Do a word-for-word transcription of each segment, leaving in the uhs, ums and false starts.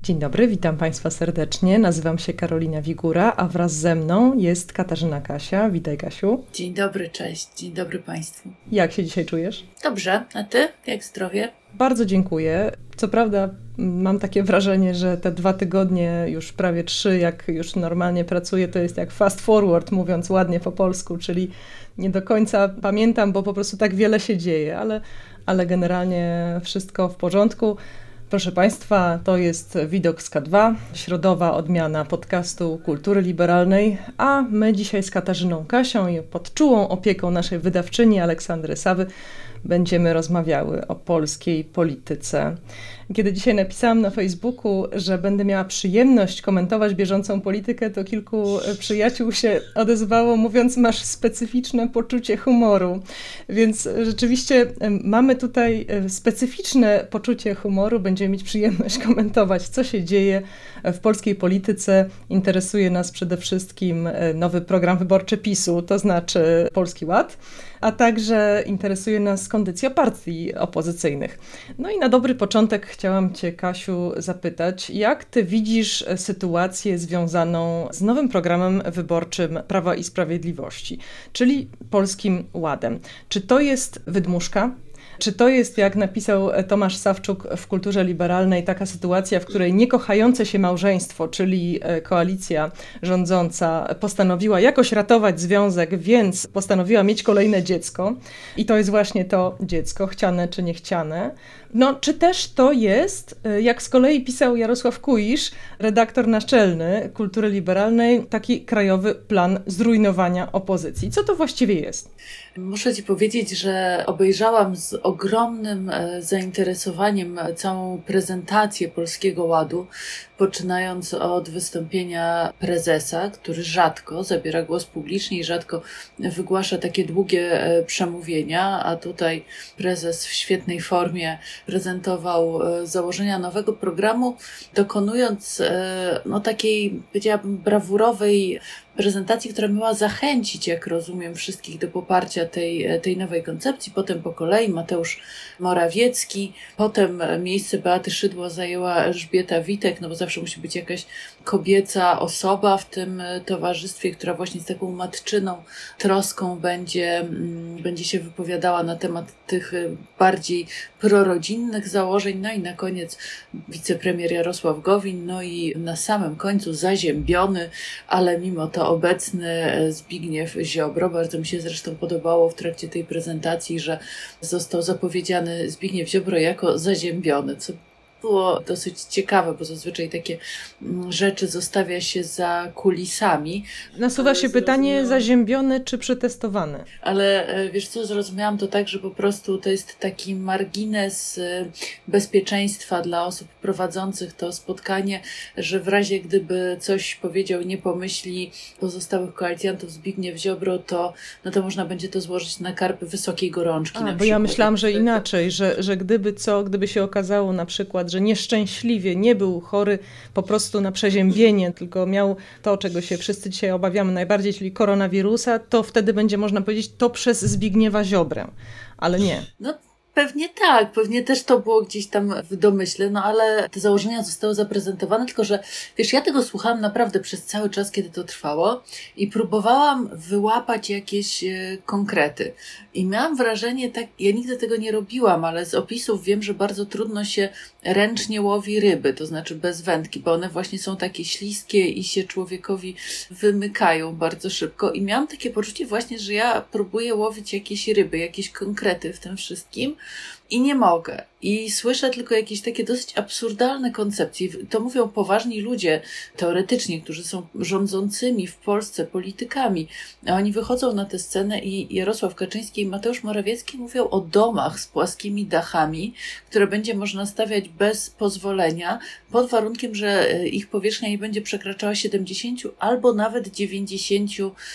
Dzień dobry, witam Państwa serdecznie. Nazywam się Karolina Wigura, a wraz ze mną jest Katarzyna Kasia. Witaj, Kasiu. Dzień dobry, cześć. Dzień dobry Państwu. Jak się dzisiaj czujesz? Dobrze, a Ty? Jak zdrowie? Bardzo dziękuję. Co prawda mam takie wrażenie, że te dwa tygodnie, już prawie trzy, jak już normalnie pracuję, to jest jak fast forward, mówiąc ładnie po polsku, czyli nie do końca pamiętam, bo po prostu tak wiele się dzieje, ale, ale generalnie wszystko w porządku. Proszę Państwa, to jest Widok z K dwa, środowa odmiana podcastu Kultury Liberalnej, a my dzisiaj z Katarzyną Kasią i pod czułą opieką naszej wydawczyni Aleksandry Sawy będziemy rozmawiały o polskiej polityce. Kiedy dzisiaj napisałam na Facebooku, że będę miała przyjemność komentować bieżącą politykę, to kilku przyjaciół się odezwało, mówiąc, masz specyficzne poczucie humoru. Więc rzeczywiście mamy tutaj specyficzne poczucie humoru. Będziemy mieć przyjemność komentować, co się dzieje w polskiej polityce. Interesuje nas przede wszystkim nowy program wyborczy PiSu, to znaczy Polski Ład, a także interesuje nas kondycja partii opozycyjnych. No i na dobry początek chciałam Cię, Kasiu, zapytać, jak Ty widzisz sytuację związaną z nowym programem wyborczym Prawa i Sprawiedliwości, czyli Polskim Ładem. Czy to jest wydmuszka? Czy to jest, jak napisał Tomasz Sawczuk w Kulturze Liberalnej, taka sytuacja, w której niekochające się małżeństwo, czyli koalicja rządząca, postanowiła jakoś ratować związek, więc postanowiła mieć kolejne dziecko i to jest właśnie to dziecko, chciane czy niechciane. No, czy też to jest, jak z kolei pisał Jarosław Kuisz, redaktor naczelny Kultury Liberalnej, taki krajowy plan zrujnowania opozycji. Co to właściwie jest? Muszę Ci powiedzieć, że obejrzałam z ogromnym zainteresowaniem całą prezentację Polskiego Ładu, poczynając od wystąpienia prezesa, który rzadko zabiera głos publicznie i rzadko wygłasza takie długie przemówienia, a tutaj prezes w świetnej formie prezentował założenia nowego programu, dokonując no, takiej, powiedziałabym, brawurowej prezentacji, która miała zachęcić, jak rozumiem, wszystkich do poparcia tej, tej nowej koncepcji. Potem po kolei Mateusz Morawiecki, potem miejsce Beaty Szydło zajęła Elżbieta Witek, no bo zawsze musi być jakaś kobieca osoba w tym towarzystwie, która właśnie z taką matczyną troską będzie, będzie się wypowiadała na temat tych bardziej prorodzinnych założeń. No i na koniec wicepremier Jarosław Gowin, no i na samym końcu zaziębiony, ale mimo to obecny Zbigniew Ziobro. Bardzo mi się zresztą podobało w trakcie tej prezentacji, że został zapowiedziany Zbigniew Ziobro jako zaziębiony, co było dosyć ciekawe, bo zazwyczaj takie rzeczy zostawia się za kulisami. Nasuwa się pytanie, zaziębiony czy przetestowany? Ale wiesz co, zrozumiałam to tak, że po prostu to jest taki margines bezpieczeństwa dla osób prowadzących to spotkanie, że w razie gdyby coś powiedział, nie pomyśli pozostałych koalicjantów Zbigniew Ziobro, to, no to można będzie to złożyć na karp wysokiej gorączki. A, na bo przykład. Ja myślałam, że inaczej, że, że gdyby co, gdyby się okazało na przykład, że nieszczęśliwie nie był chory po prostu na przeziębienie, tylko miał to, czego się wszyscy dzisiaj obawiamy najbardziej, czyli koronawirusa, to wtedy będzie można powiedzieć to przez Zbigniewa Ziobrę, ale nie. No. Pewnie tak, pewnie też to było gdzieś tam w domyśle, no ale te założenia zostały zaprezentowane, tylko że wiesz, ja tego słuchałam naprawdę przez cały czas, kiedy to trwało i próbowałam wyłapać jakieś e, konkrety. I miałam wrażenie, tak, ja nigdy tego nie robiłam, ale z opisów wiem, że bardzo trudno się ręcznie łowi ryby, to znaczy bez wędki, bo one właśnie są takie śliskie i się człowiekowi wymykają bardzo szybko. I miałam takie poczucie właśnie, że ja próbuję łowić jakieś ryby, jakieś konkrety w tym wszystkim. I nie mogę. I słyszę tylko jakieś takie dosyć absurdalne koncepcje. To mówią poważni ludzie, teoretycznie, którzy są rządzącymi w Polsce politykami. A oni wychodzą na tę scenę i Jarosław Kaczyński i Mateusz Morawiecki mówią o domach z płaskimi dachami, które będzie można stawiać bez pozwolenia, pod warunkiem, że ich powierzchnia nie będzie przekraczała siedemdziesiąt albo nawet dziewięćdziesiąt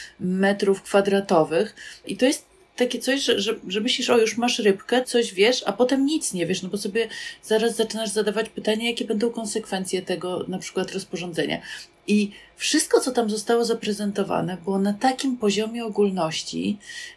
metrów kwadratowych. I to jest takie coś, że, że, że myślisz, o już masz rybkę, coś wiesz, a potem nic nie wiesz, no bo sobie zaraz zaczynasz zadawać pytania, jakie będą konsekwencje tego na przykład rozporządzenia. I wszystko, co tam zostało zaprezentowane, było na takim poziomie ogólności,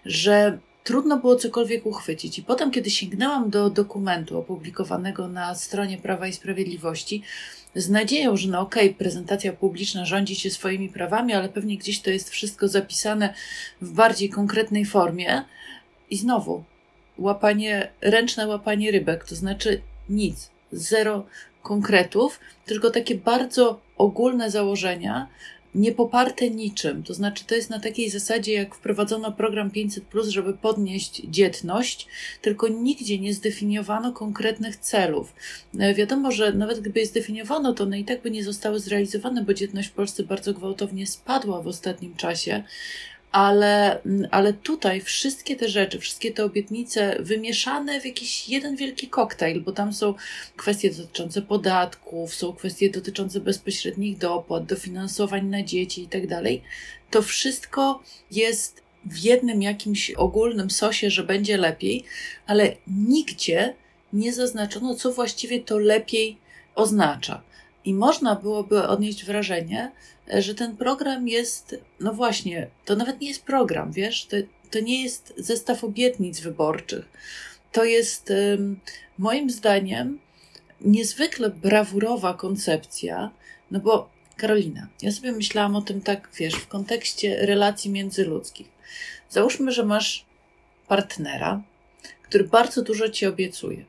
że trudno było cokolwiek uchwycić. I potem, kiedy sięgnęłam do dokumentu opublikowanego na stronie Prawa i Sprawiedliwości, z nadzieją, że no okej, okay, prezentacja publiczna rządzi się swoimi prawami, ale pewnie gdzieś to jest wszystko zapisane w bardziej konkretnej formie. I znowu, łapanie, ręczne łapanie rybek, to znaczy nic, zero konkretów, tylko takie bardzo ogólne założenia, nie poparte niczym. To znaczy to jest na takiej zasadzie, jak wprowadzono program pięćset plus, żeby podnieść dzietność, tylko nigdzie nie zdefiniowano konkretnych celów. Wiadomo, że nawet gdyby je zdefiniowano, to one i tak by nie zostały zrealizowane, bo dzietność w Polsce bardzo gwałtownie spadła w ostatnim czasie. Ale, ale tutaj wszystkie te rzeczy, wszystkie te obietnice wymieszane w jakiś jeden wielki koktajl, bo tam są kwestie dotyczące podatków, są kwestie dotyczące bezpośrednich dopłat, dofinansowań na dzieci i tak dalej, to wszystko jest w jednym jakimś ogólnym sosie, że będzie lepiej, ale nigdzie nie zaznaczono, co właściwie to lepiej oznacza. I można byłoby odnieść wrażenie, że ten program jest, no właśnie, to nawet nie jest program, wiesz, to, to nie jest zestaw obietnic wyborczych. To jest um, moim zdaniem niezwykle brawurowa koncepcja, no bo Karolina, ja sobie myślałam o tym tak, wiesz, w kontekście relacji międzyludzkich. Załóżmy, że masz partnera, który bardzo dużo ci obiecuje.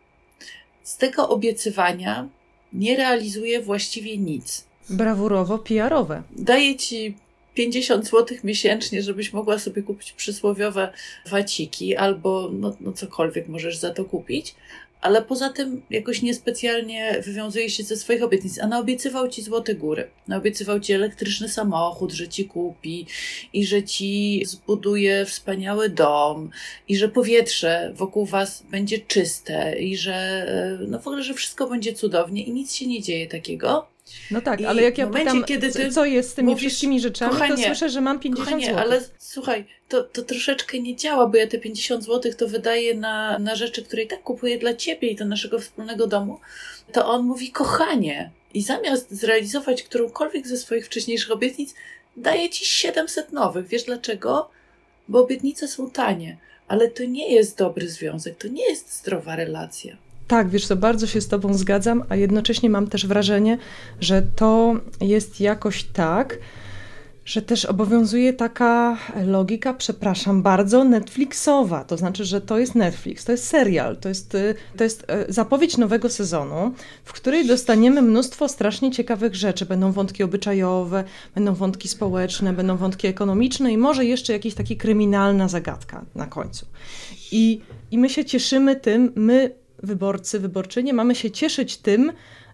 Z tego obiecywania nie realizuje właściwie nic. Brawurowo P R-owe. Daje ci pięćdziesiąt złotych miesięcznie, żebyś mogła sobie kupić przysłowiowe waciki albo no, no cokolwiek możesz za to kupić, ale poza tym jakoś niespecjalnie wywiązuje się ze swoich obietnic, a naobiecywał ci złote góry. Naobiecywał ci elektryczny samochód, że ci kupi i że ci zbuduje wspaniały dom i że powietrze wokół was będzie czyste i że no w ogóle, że wszystko będzie cudownie i nic się nie dzieje takiego. No tak, I ale jak ja momencie, pytam, kiedy ty co jest z tymi mówisz, wszystkimi rzeczami, kochanie, to słyszę, że mam pięćdziesiąt złotych. Ale słuchaj, to, to troszeczkę nie działa, bo ja te pięćdziesiąt złotych to wydaję na, na rzeczy, które i tak kupuję dla ciebie i do naszego wspólnego domu. To on mówi, kochanie, i zamiast zrealizować którąkolwiek ze swoich wcześniejszych obietnic, daje ci siedemset nowych. Wiesz dlaczego? Bo obietnice są tanie, ale to nie jest dobry związek, to nie jest zdrowa relacja. Tak, wiesz co, bardzo się z tobą zgadzam, a jednocześnie mam też wrażenie, że to jest jakoś tak, że też obowiązuje taka logika, przepraszam bardzo, Netflixowa. To znaczy, że to jest Netflix, to jest serial, to jest, to jest zapowiedź nowego sezonu, w której dostaniemy mnóstwo strasznie ciekawych rzeczy. Będą wątki obyczajowe, będą wątki społeczne, będą wątki ekonomiczne i może jeszcze jakaś taka kryminalna zagadka na końcu. I, i my się cieszymy tym, my wyborcy, wyborczynie, mamy się cieszyć tym,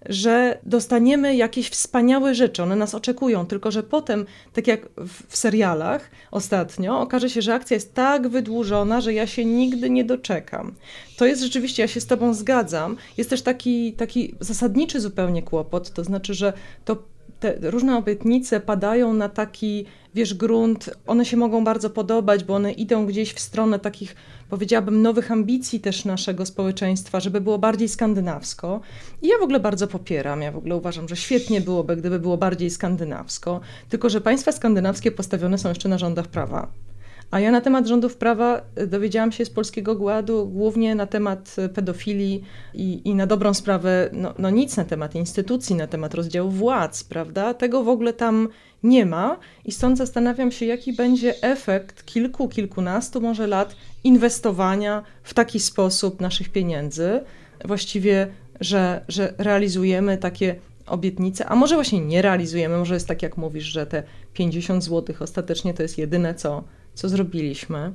że dostaniemy jakieś wspaniałe rzeczy, one nas oczekują, tylko że potem, tak jak w, w serialach ostatnio, okaże się, że akcja jest tak wydłużona, że ja się nigdy nie doczekam. To jest rzeczywiście, ja się z tobą zgadzam, jest też taki, taki zasadniczy zupełnie kłopot, to znaczy, że to te różne obietnice padają na taki, wiesz, grunt, one się mogą bardzo podobać, bo one idą gdzieś w stronę takich, powiedziałabym, nowych ambicji też naszego społeczeństwa, żeby było bardziej skandynawsko. I ja w ogóle bardzo popieram, ja w ogóle uważam, że świetnie byłoby, gdyby było bardziej skandynawsko, tylko że państwa skandynawskie postawione są jeszcze na rządach prawa. A ja na temat rządów prawa dowiedziałam się z Polskiego Ładu głównie na temat pedofilii i, i na dobrą sprawę no, no nic na temat instytucji, na temat rozdziału władz, prawda? Tego w ogóle tam nie ma i stąd zastanawiam się, jaki będzie efekt kilku, kilkunastu może lat inwestowania w taki sposób naszych pieniędzy. Właściwie, że, że realizujemy takie obietnice, a może właśnie nie realizujemy, może jest tak jak mówisz, że te pięćdziesiąt złotych ostatecznie to jest jedyne, co co zrobiliśmy.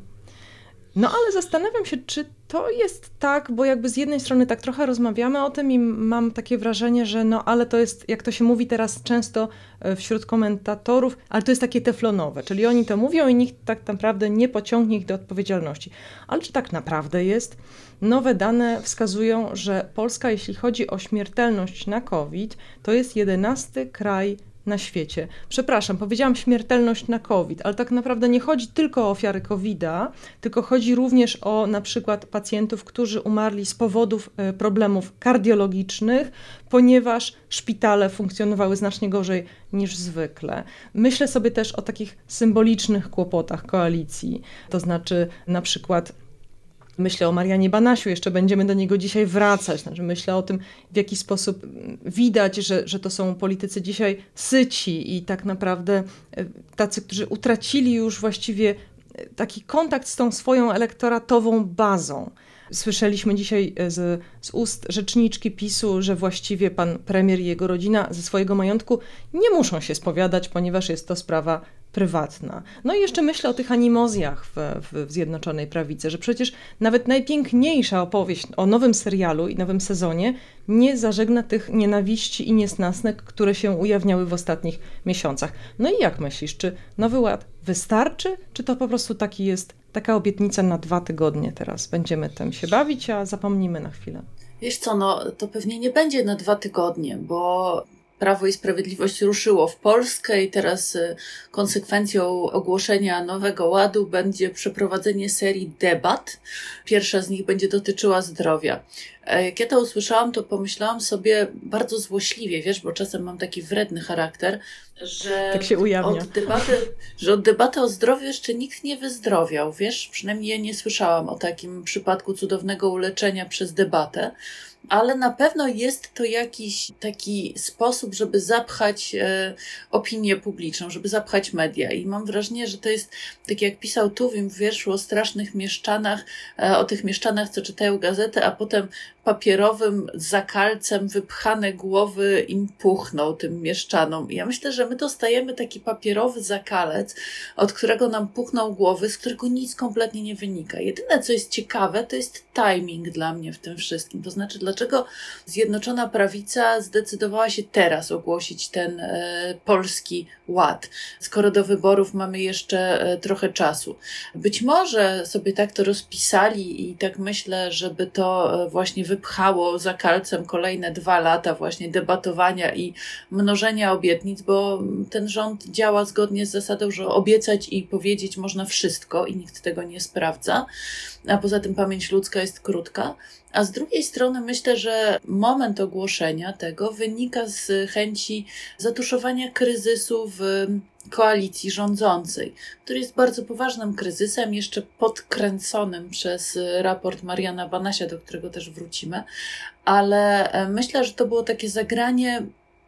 No ale zastanawiam się, czy to jest tak, bo jakby z jednej strony tak trochę rozmawiamy o tym i mam takie wrażenie, że no ale to jest, jak to się mówi teraz często wśród komentatorów, ale to jest takie teflonowe, czyli oni to mówią i nikt tak naprawdę nie pociągnie ich do odpowiedzialności. Ale czy tak naprawdę jest? Nowe dane wskazują, że Polska, jeśli chodzi o śmiertelność na COVID, to jest jedenasty kraj na świecie. Przepraszam, powiedziałam śmiertelność na COVID, ale tak naprawdę nie chodzi tylko o ofiary kowida, tylko chodzi również o na przykład pacjentów, którzy umarli z powodów problemów kardiologicznych, ponieważ szpitale funkcjonowały znacznie gorzej niż zwykle. Myślę sobie też o takich symbolicznych kłopotach koalicji, to znaczy na przykład Myślę o Marianie Banasiu, jeszcze będziemy do niego dzisiaj wracać. Znaczy, myślę o tym, w jaki sposób widać, że, że to są politycy dzisiaj syci i tak naprawdę tacy, którzy utracili już właściwie taki kontakt z tą swoją elektoratową bazą. Słyszeliśmy dzisiaj z, z ust rzeczniczki PiSu, że właściwie pan premier i jego rodzina ze swojego majątku nie muszą się spowiadać, ponieważ jest to sprawa prywatna. No i jeszcze myślę o tych animozjach w, w, w Zjednoczonej Prawicy, że przecież nawet najpiękniejsza opowieść o nowym serialu i nowym sezonie nie zażegna tych nienawiści i niesnasnek, które się ujawniały w ostatnich miesiącach. No i jak myślisz, czy Nowy Ład wystarczy, czy to po prostu taki jest, taka obietnica na dwa tygodnie teraz? Będziemy tym się bawić, a zapomnimy na chwilę. Wiesz co, no to pewnie nie będzie na dwa tygodnie, bo Prawo i Sprawiedliwość ruszyło w Polskę i teraz konsekwencją ogłoszenia Nowego Ładu będzie przeprowadzenie serii debat. Pierwsza z nich będzie dotyczyła zdrowia. Jak ja to usłyszałam, to pomyślałam sobie bardzo złośliwie, wiesz, bo czasem mam taki wredny charakter, że, tak się ujawnia. Od debaty, że od debaty o zdrowiu jeszcze nikt nie wyzdrowiał, wiesz, przynajmniej ja nie słyszałam o takim przypadku cudownego uleczenia przez debatę. Ale na pewno jest to jakiś taki sposób, żeby zapchać e, opinię publiczną, żeby zapchać media. I mam wrażenie, że to jest, tak jak pisał Tuwim w wierszu o strasznych mieszczanach, e, o tych mieszczanach, co czytają gazetę, a potem papierowym zakalcem wypchane głowy im puchną tym mieszczanom. I ja myślę, że my dostajemy taki papierowy zakalec, od którego nam puchną głowy, z którego nic kompletnie nie wynika. Jedyne, co jest ciekawe, to jest timing dla mnie w tym wszystkim. To znaczy, dlaczego Zjednoczona Prawica zdecydowała się teraz ogłosić ten e, polski ład, skoro do wyborów mamy jeszcze e, trochę czasu. Być może sobie tak to rozpisali i tak myślę, żeby to e, właśnie wypchało zakalcem kolejne dwa lata właśnie debatowania i mnożenia obietnic, bo ten rząd działa zgodnie z zasadą, że obiecać i powiedzieć można wszystko i nikt tego nie sprawdza, a poza tym pamięć ludzka jest krótka. A z drugiej strony myślę, że moment ogłoszenia tego wynika z chęci zatuszowania kryzysu w koalicji rządzącej, który jest bardzo poważnym kryzysem, jeszcze podkręconym przez raport Mariana Banasia, do którego też wrócimy, ale myślę, że to było takie zagranie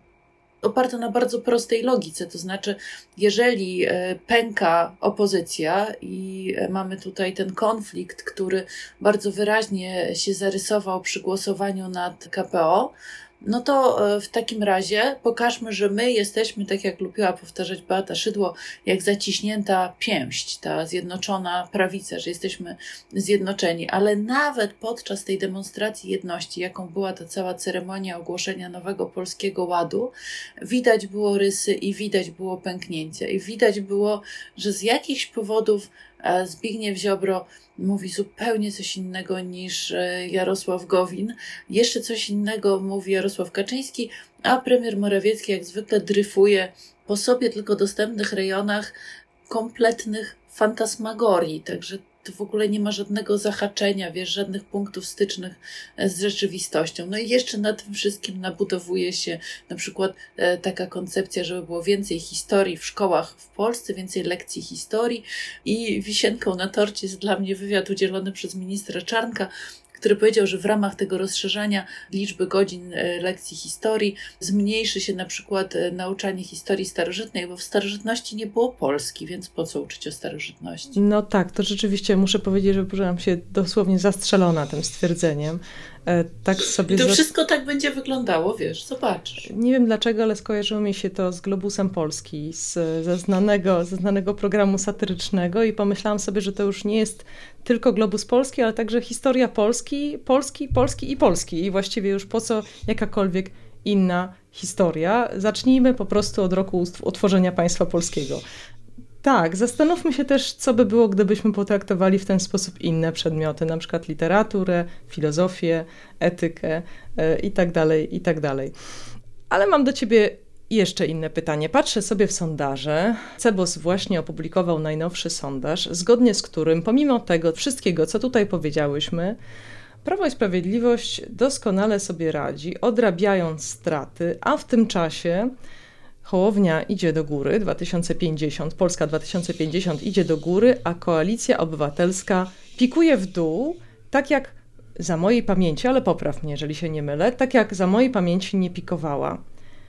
oparte na bardzo prostej logice, to znaczy jeżeli pęka opozycja i mamy tutaj ten konflikt, który bardzo wyraźnie się zarysował przy głosowaniu nad K P O, no to w takim razie pokażmy, że my jesteśmy, tak jak lubiła powtarzać Beata Szydło, jak zaciśnięta pięść, ta zjednoczona prawica, że jesteśmy zjednoczeni. Ale nawet podczas tej demonstracji jedności, jaką była ta cała ceremonia ogłoszenia nowego Polskiego Ładu, widać było rysy i widać było pęknięcia. I widać było, że z jakichś powodów Zbigniew Ziobro mówi zupełnie coś innego niż Jarosław Gowin. Jeszcze coś innego mówi Jarosław Kaczyński, a premier Morawiecki jak zwykle dryfuje po sobie tylko dostępnych rejonach kompletnych fantasmagorii. Także to w ogóle nie ma żadnego zahaczenia, wiesz, żadnych punktów stycznych z rzeczywistością. No i jeszcze na tym wszystkim nabudowuje się na przykład e, taka koncepcja, żeby było więcej historii w szkołach w Polsce, więcej lekcji historii i wisienką na torcie jest dla mnie wywiad udzielony przez ministra Czarnka, który powiedział, że w ramach tego rozszerzania liczby godzin lekcji historii zmniejszy się na przykład nauczanie historii starożytnej, bo w starożytności nie było Polski, więc po co uczyć o starożytności? No tak, to rzeczywiście muszę powiedzieć, że poczułam się dosłownie zastrzelona tym stwierdzeniem. Tak sobie I to za... wszystko tak będzie wyglądało, wiesz, zobaczysz. Nie wiem dlaczego, ale skojarzyło mi się to z Globusem Polski, z, ze, znanego, ze znanego programu satyrycznego i pomyślałam sobie, że to już nie jest tylko Globus Polski, ale także historia Polski, Polski, Polski i Polski. I właściwie już po co jakakolwiek inna historia. Zacznijmy po prostu od roku utworzenia państwa polskiego. Tak, zastanówmy się też, co by było, gdybyśmy potraktowali w ten sposób inne przedmioty, na przykład literaturę, filozofię, etykę yy, i tak dalej, i tak dalej. Ale mam do ciebie jeszcze inne pytanie. Patrzę sobie w sondaże. Cebos właśnie opublikował najnowszy sondaż, zgodnie z którym, pomimo tego wszystkiego, co tutaj powiedziałyśmy, Prawo i Sprawiedliwość doskonale sobie radzi, odrabiając straty, a w tym czasie Hołownia idzie do góry, dwa tysiące pięćdziesiąt, Polska dwa tysiące pięćdziesiąt idzie do góry, a Koalicja Obywatelska pikuje w dół tak jak za mojej pamięci, ale popraw mnie, jeżeli się nie mylę, tak jak za mojej pamięci nie pikowała.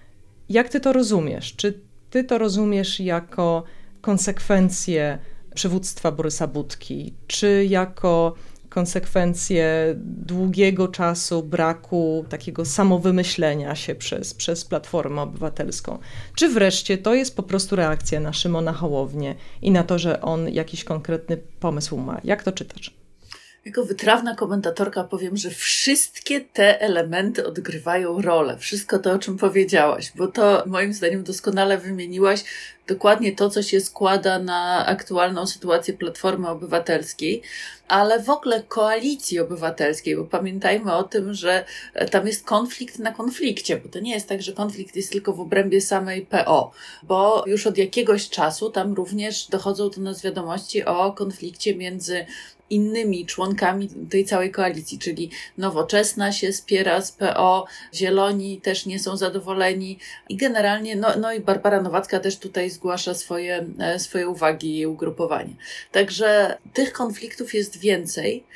Jak ty to rozumiesz? Czy ty to rozumiesz jako konsekwencje przywództwa Borysa Budki, czy jako konsekwencje długiego czasu braku takiego samowymyślenia się przez, przez Platformę Obywatelską? Czy wreszcie to jest po prostu reakcja na Szymona Hołownię i na to, że on jakiś konkretny pomysł ma? Jak to czytasz? Jako wytrawna komentatorka powiem, że wszystkie te elementy odgrywają rolę. Wszystko to, o czym powiedziałaś, bo to moim zdaniem doskonale wymieniłaś dokładnie to, co się składa na aktualną sytuację Platformy Obywatelskiej, ale w ogóle Koalicji Obywatelskiej, bo pamiętajmy o tym, że tam jest konflikt na konflikcie, bo to nie jest tak, że konflikt jest tylko w obrębie samej P O, bo już od jakiegoś czasu tam również dochodzą do nas wiadomości o konflikcie między innymi członkami tej całej koalicji, czyli Nowoczesna się spiera z P O, Zieloni też nie są zadowoleni i generalnie, no, no i Barbara Nowacka też tutaj zgłasza swoje, swoje uwagi i ugrupowanie. Także tych konfliktów jest więcej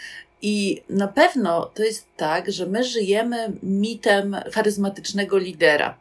i na pewno to jest tak, że my żyjemy mitem charyzmatycznego lidera.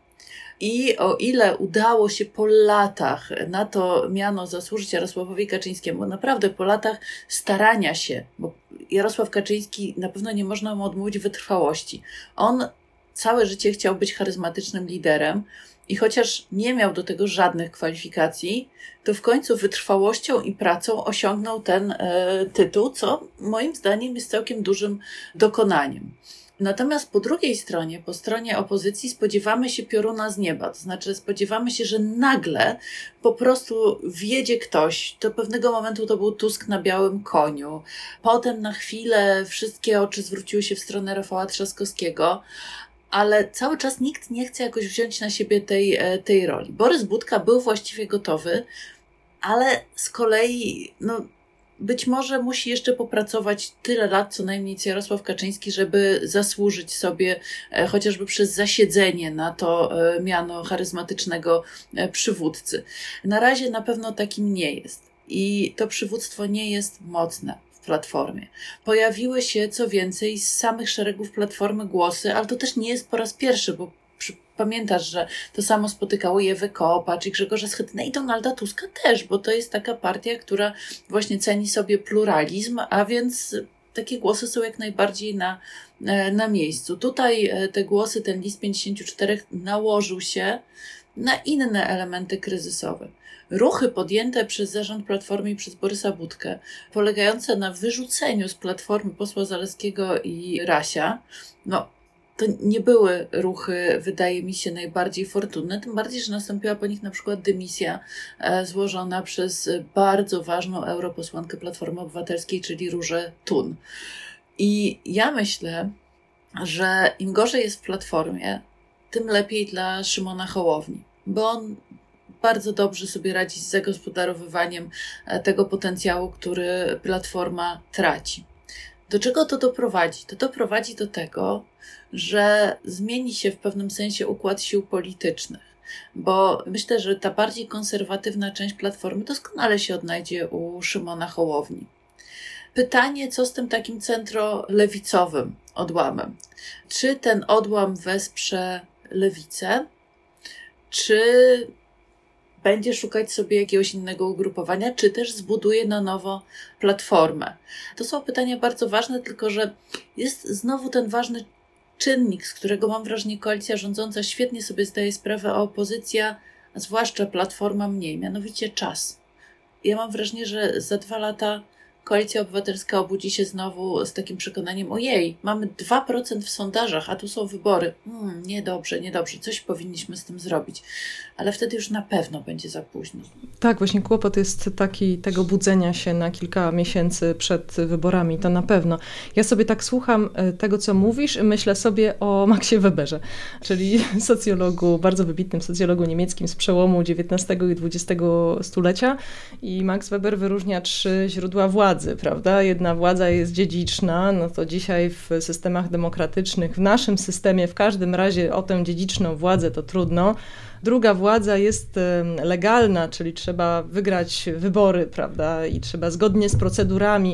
I o ile udało się po latach na to miano zasłużyć Jarosławowi Kaczyńskiemu, naprawdę po latach starania się, bo Jarosław Kaczyński, na pewno nie można mu odmówić wytrwałości. On całe życie chciał być charyzmatycznym liderem i chociaż nie miał do tego żadnych kwalifikacji, to w końcu wytrwałością i pracą osiągnął ten e, tytuł, co moim zdaniem jest całkiem dużym dokonaniem. Natomiast po drugiej stronie, po stronie opozycji spodziewamy się pioruna z nieba, to znaczy spodziewamy się, że nagle po prostu wjedzie ktoś, do pewnego momentu to był Tusk na białym koniu, potem na chwilę wszystkie oczy zwróciły się w stronę Rafała Trzaskowskiego, ale cały czas nikt nie chce jakoś wziąć na siebie tej, tej roli. Borys Budka był właściwie gotowy, ale z kolei, no, być może musi jeszcze popracować tyle lat, co najmniej co Jarosław Kaczyński, żeby zasłużyć sobie e, chociażby przez zasiedzenie na to e, miano charyzmatycznego e, przywódcy. Na razie na pewno takim nie jest i to przywództwo nie jest mocne w Platformie. Pojawiły się co więcej z samych szeregów Platformy głosy, ale to też nie jest po raz pierwszy, bo pamiętasz, że to samo spotykało i Ewę Kopacz i Grzegorza Schetyna i Donalda Tuska też, bo to jest taka partia, która właśnie ceni sobie pluralizm, a więc takie głosy są jak najbardziej na, na miejscu. Tutaj te głosy, ten list pięćdziesięciu czterech nałożył się na inne elementy kryzysowe. Ruchy podjęte przez zarząd Platformy i przez Borysa Budkę, polegające na wyrzuceniu z Platformy posła Zalewskiego i Rasia, no to nie były ruchy, wydaje mi się, najbardziej fortunne, tym bardziej, że nastąpiła po nich na przykład dymisja e, złożona przez bardzo ważną europosłankę Platformy Obywatelskiej, czyli Różę Thun. I ja myślę, że im gorzej jest w Platformie, tym lepiej dla Szymona Hołowni, bo on bardzo dobrze sobie radzi z zagospodarowywaniem tego potencjału, który Platforma traci. Do czego to doprowadzi? To doprowadzi do tego, że zmieni się w pewnym sensie układ sił politycznych, bo myślę, że ta bardziej konserwatywna część Platformy doskonale się odnajdzie u Szymona Hołowni. Pytanie, co z tym takim centrolewicowym odłamem? Czy ten odłam wesprze lewicę, czy będzie szukać sobie jakiegoś innego ugrupowania, czy też zbuduje na nowo Platformę? To są pytania bardzo ważne, tylko że jest znowu ten ważny czynnik, z którego mam wrażenie koalicja rządząca świetnie sobie zdaje sprawę, a opozycja, a zwłaszcza Platforma mniej, mianowicie czas. Ja mam wrażenie, że za dwa lata Koalicja Obywatelska obudzi się znowu z takim przekonaniem, ojej, mamy dwa procent w sondażach, a tu są wybory. Hmm, niedobrze, niedobrze, coś powinniśmy z tym zrobić. Ale wtedy już na pewno będzie za późno. Tak, właśnie kłopot jest taki tego budzenia się na kilka miesięcy przed wyborami, to na pewno. Ja sobie tak słucham tego, co mówisz i myślę sobie o Maxie Weberze, czyli socjologu, bardzo wybitnym socjologu niemieckim z przełomu dziewiętnastego i dwudziestego stulecia. I Max Weber wyróżnia trzy źródła władzy. Prawda? Jedna władza jest dziedziczna, no to dzisiaj w systemach demokratycznych, w naszym systemie w każdym razie o tę dziedziczną władzę to trudno. Druga władza jest legalna, czyli trzeba wygrać wybory, prawda? I trzeba zgodnie z procedurami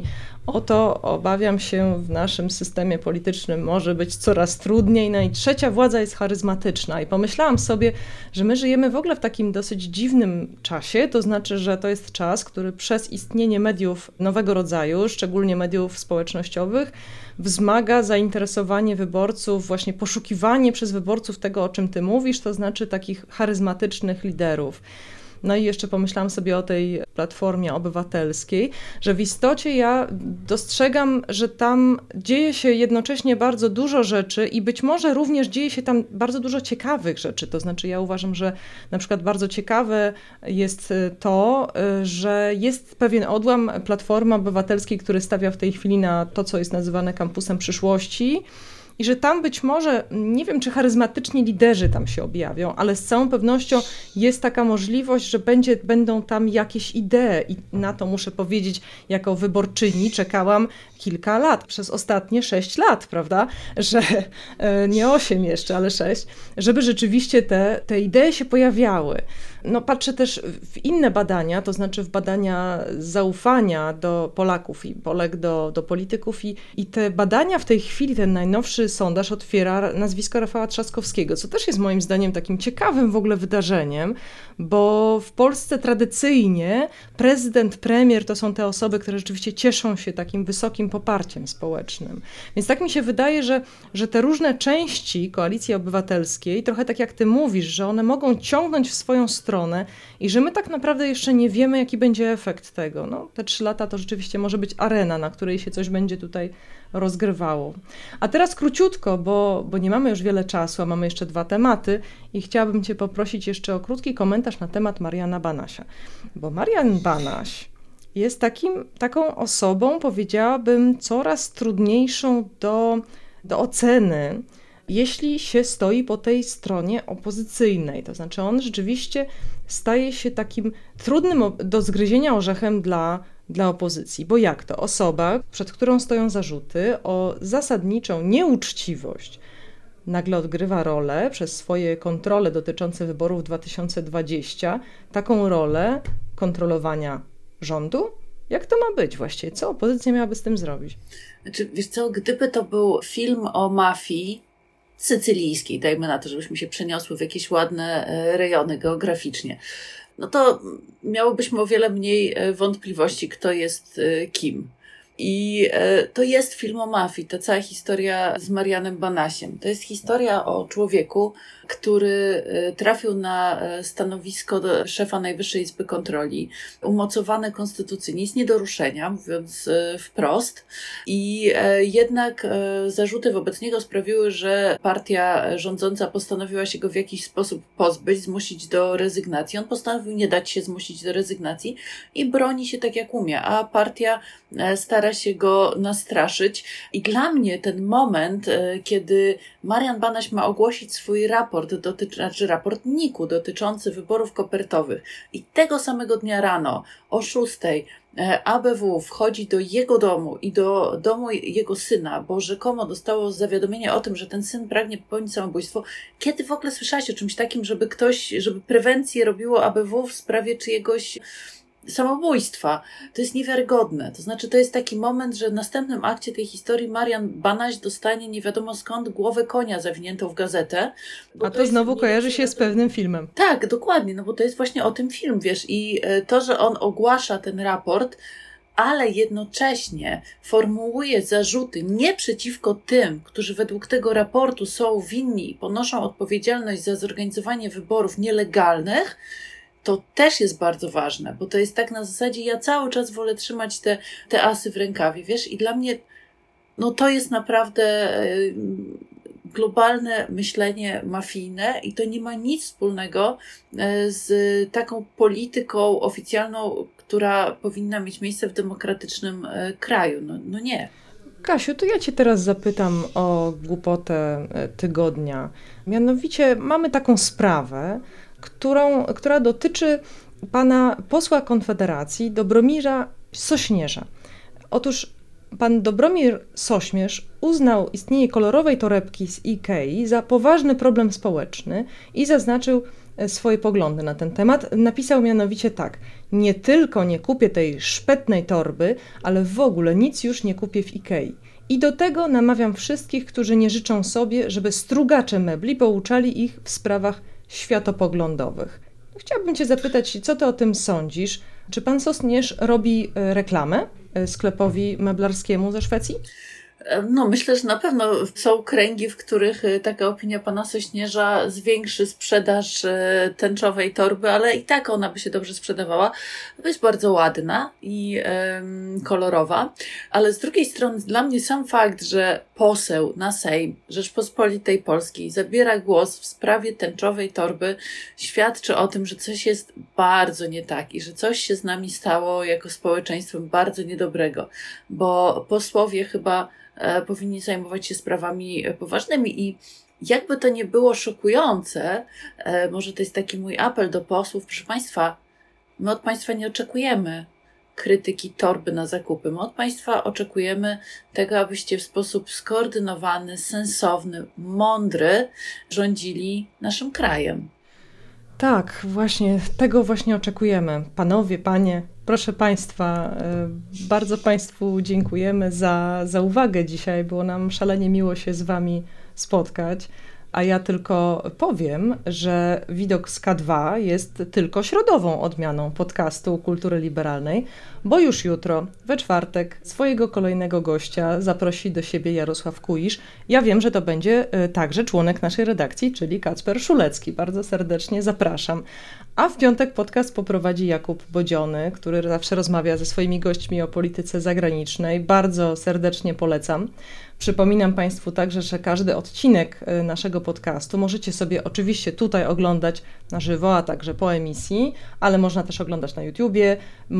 Oto obawiam się, w naszym systemie politycznym może być coraz trudniej. No i trzecia władza jest charyzmatyczna. I pomyślałam sobie, że my żyjemy w ogóle w takim dosyć dziwnym czasie, to znaczy, że to jest czas, który przez istnienie mediów nowego rodzaju, szczególnie mediów społecznościowych, wzmaga zainteresowanie wyborców, właśnie poszukiwanie przez wyborców tego, o czym ty mówisz, to znaczy takich charyzmatycznych liderów. No i jeszcze pomyślałam sobie o tej Platformie Obywatelskiej, że w istocie ja dostrzegam, że tam dzieje się jednocześnie bardzo dużo rzeczy i być może również dzieje się tam bardzo dużo ciekawych rzeczy. To znaczy ja uważam, że na przykład bardzo ciekawe jest to, że jest pewien odłam Platformy Obywatelskiej, który stawia w tej chwili na to, co jest nazywane kampusem przyszłości. I że tam być może, nie wiem, czy charyzmatyczni liderzy tam się objawią, ale z całą pewnością jest taka możliwość, że będzie, będą tam jakieś idee i na to muszę powiedzieć, jako wyborczyni czekałam kilka lat, przez ostatnie sześć lat, prawda, że nie osiem jeszcze, ale sześć, żeby rzeczywiście te, te idee się pojawiały. No patrzę też w inne badania, to znaczy w badania zaufania do Polaków i Polek do, do polityków i, i te badania w tej chwili, ten najnowszy sondaż otwiera nazwisko Rafała Trzaskowskiego, co też jest moim zdaniem takim ciekawym w ogóle wydarzeniem, bo w Polsce tradycyjnie prezydent, premier to są te osoby, które rzeczywiście cieszą się takim wysokim poparciem społecznym. Więc tak mi się wydaje, że, że te różne części Koalicji Obywatelskiej, trochę tak jak ty mówisz, że one mogą ciągnąć w swoją stronę i że my tak naprawdę jeszcze nie wiemy, jaki będzie efekt tego. No, te trzy lata to rzeczywiście może być arena, na której się coś będzie tutaj rozgrywało. A teraz króciutko, bo, bo nie mamy już wiele czasu, a mamy jeszcze dwa tematy i chciałabym cię poprosić jeszcze o krótki komentarz na temat Mariana Banasia. Bo Marian Banaś jest takim, taką osobą, powiedziałabym, coraz trudniejszą do, do oceny, jeśli się stoi po tej stronie opozycyjnej. To znaczy on rzeczywiście staje się takim trudnym do zgryzienia orzechem dla, dla opozycji. Bo jak to? Osoba, przed którą stoją zarzuty o zasadniczą nieuczciwość, nagle odgrywa rolę przez swoje kontrole dotyczące wyborów dwa tysiące dwudziestego, taką rolę kontrolowania rządu? Jak to ma być właściwie? Co opozycja miałaby z tym zrobić? Znaczy, wiesz co, gdyby to był film o mafii sycylijskiej, dajmy na to, żebyśmy się przeniosły w jakieś ładne rejony geograficznie, no to miałobyśmy o wiele mniej wątpliwości, kto jest kim. I to jest film o mafii, ta cała historia z Marianem Banasiem. To jest historia o człowieku, który trafił na stanowisko szefa Najwyższej Izby Kontroli, umocowane konstytucyjnie, jest nie do ruszenia, mówiąc wprost. I jednak zarzuty wobec niego sprawiły, że partia rządząca postanowiła się go w jakiś sposób pozbyć, zmusić do rezygnacji. On postanowił nie dać się zmusić do rezygnacji i broni się tak jak umie, a partia stara się go nastraszyć. I dla mnie ten moment, kiedy Marian Banaś ma ogłosić swój raport, dotyczy, znaczy raport N I K-u dotyczący wyborów kopertowych i tego samego dnia rano o szóstej A B W wchodzi do jego domu i do domu jego syna, bo rzekomo dostało zawiadomienie o tym, że ten syn pragnie popełnić samobójstwo. Kiedy w ogóle słyszałaś o czymś takim, żeby ktoś, żeby prewencję robiło A B W w sprawie czyjegoś samobójstwa? To jest niewiarygodne. To znaczy, to jest taki moment, że w następnym akcie tej historii Marian Banaś dostanie nie wiadomo skąd głowę konia zawiniętą w gazetę. A to, to znowu kojarzy się z pewnym filmem. Tak, dokładnie, no bo to jest właśnie o tym film, wiesz, i to, że on ogłasza ten raport, ale jednocześnie formułuje zarzuty nie przeciwko tym, którzy według tego raportu są winni i ponoszą odpowiedzialność za zorganizowanie wyborów nielegalnych, to też jest bardzo ważne, bo to jest tak na zasadzie, ja cały czas wolę trzymać te, te asy w rękawie, wiesz, i dla mnie no to jest naprawdę globalne myślenie mafijne i to nie ma nic wspólnego z taką polityką oficjalną, która powinna mieć miejsce w demokratycznym kraju. No, no nie. Kasiu, to ja cię teraz zapytam o głupotę tygodnia. Mianowicie mamy taką sprawę, którą, która dotyczy pana posła Konfederacji Dobromira Sośnierza. Otóż pan Dobromir Sośnierz uznał istnienie kolorowej torebki z Ikei za poważny problem społeczny i zaznaczył, swoje poglądy na ten temat. Napisał mianowicie tak: nie tylko nie kupię tej szpetnej torby, ale w ogóle nic już nie kupię w Ikei. I do tego namawiam wszystkich, którzy nie życzą sobie, żeby strugacze mebli pouczali ich w sprawach światopoglądowych. Chciałabym cię zapytać, co ty o tym sądzisz? Czy pan Sośnierz robi reklamę sklepowi meblarskiemu ze Szwecji? No, myślę, że na pewno są kręgi, w których taka opinia pana Sośnierza zwiększy sprzedaż tęczowej torby, ale i tak ona by się dobrze sprzedawała. Jest bardzo ładna i um, kolorowa, ale z drugiej strony dla mnie sam fakt, że poseł na Sejm Rzeczpospolitej Polskiej zabiera głos w sprawie tęczowej torby, świadczy o tym, że coś jest bardzo nie tak i że coś się z nami stało jako społeczeństwem bardzo niedobrego, bo posłowie chyba powinni zajmować się sprawami poważnymi i jakby to nie było szokujące, może to jest taki mój apel do posłów, proszę Państwa, my od Państwa nie oczekujemy krytyki torby na zakupy, my od Państwa oczekujemy tego, abyście w sposób skoordynowany, sensowny, mądry rządzili naszym krajem. Tak, właśnie tego właśnie oczekujemy. Panowie, panie, proszę Państwa, bardzo Państwu dziękujemy za, za uwagę dzisiaj. Było nam szalenie miło się z Wami spotkać. A ja tylko powiem, że Widok z K dwa jest tylko środową odmianą podcastu Kultury Liberalnej, bo już jutro, we czwartek, swojego kolejnego gościa zaprosi do siebie Jarosław Kuisz. Ja wiem, że to będzie także członek naszej redakcji, czyli Kacper Szulecki. Bardzo serdecznie zapraszam. A w piątek podcast poprowadzi Jakub Bodziony, który zawsze rozmawia ze swoimi gośćmi o polityce zagranicznej. Bardzo serdecznie polecam. Przypominam Państwu także, że każdy odcinek naszego podcastu możecie sobie oczywiście tutaj oglądać na żywo, a także po emisji, ale można też oglądać na YouTubie,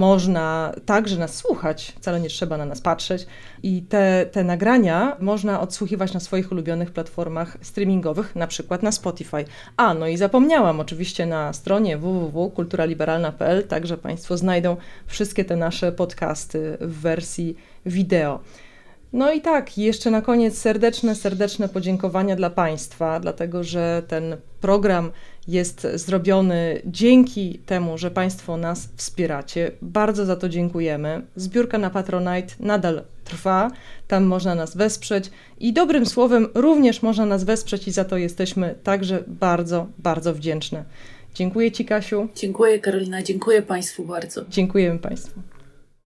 można także nas słuchać, wcale nie trzeba na nas patrzeć i te, te nagrania można odsłuchiwać na swoich ulubionych platformach streamingowych, na przykład na Spotify. A, no i zapomniałam, oczywiście na stronie w w w kropka kultura liberalna kropka p l także Państwo znajdą wszystkie te nasze podcasty w wersji wideo. No i tak, jeszcze na koniec serdeczne, serdeczne podziękowania dla Państwa, dlatego że ten program jest zrobiony dzięki temu, że Państwo nas wspieracie. Bardzo za to dziękujemy. Zbiórka na Patronite nadal trwa, tam można nas wesprzeć i dobrym słowem również można nas wesprzeć i za to jesteśmy także bardzo, bardzo wdzięczne. Dziękuję Ci, Kasiu. Dziękuję, Karolina, dziękuję Państwu bardzo. Dziękujemy Państwu.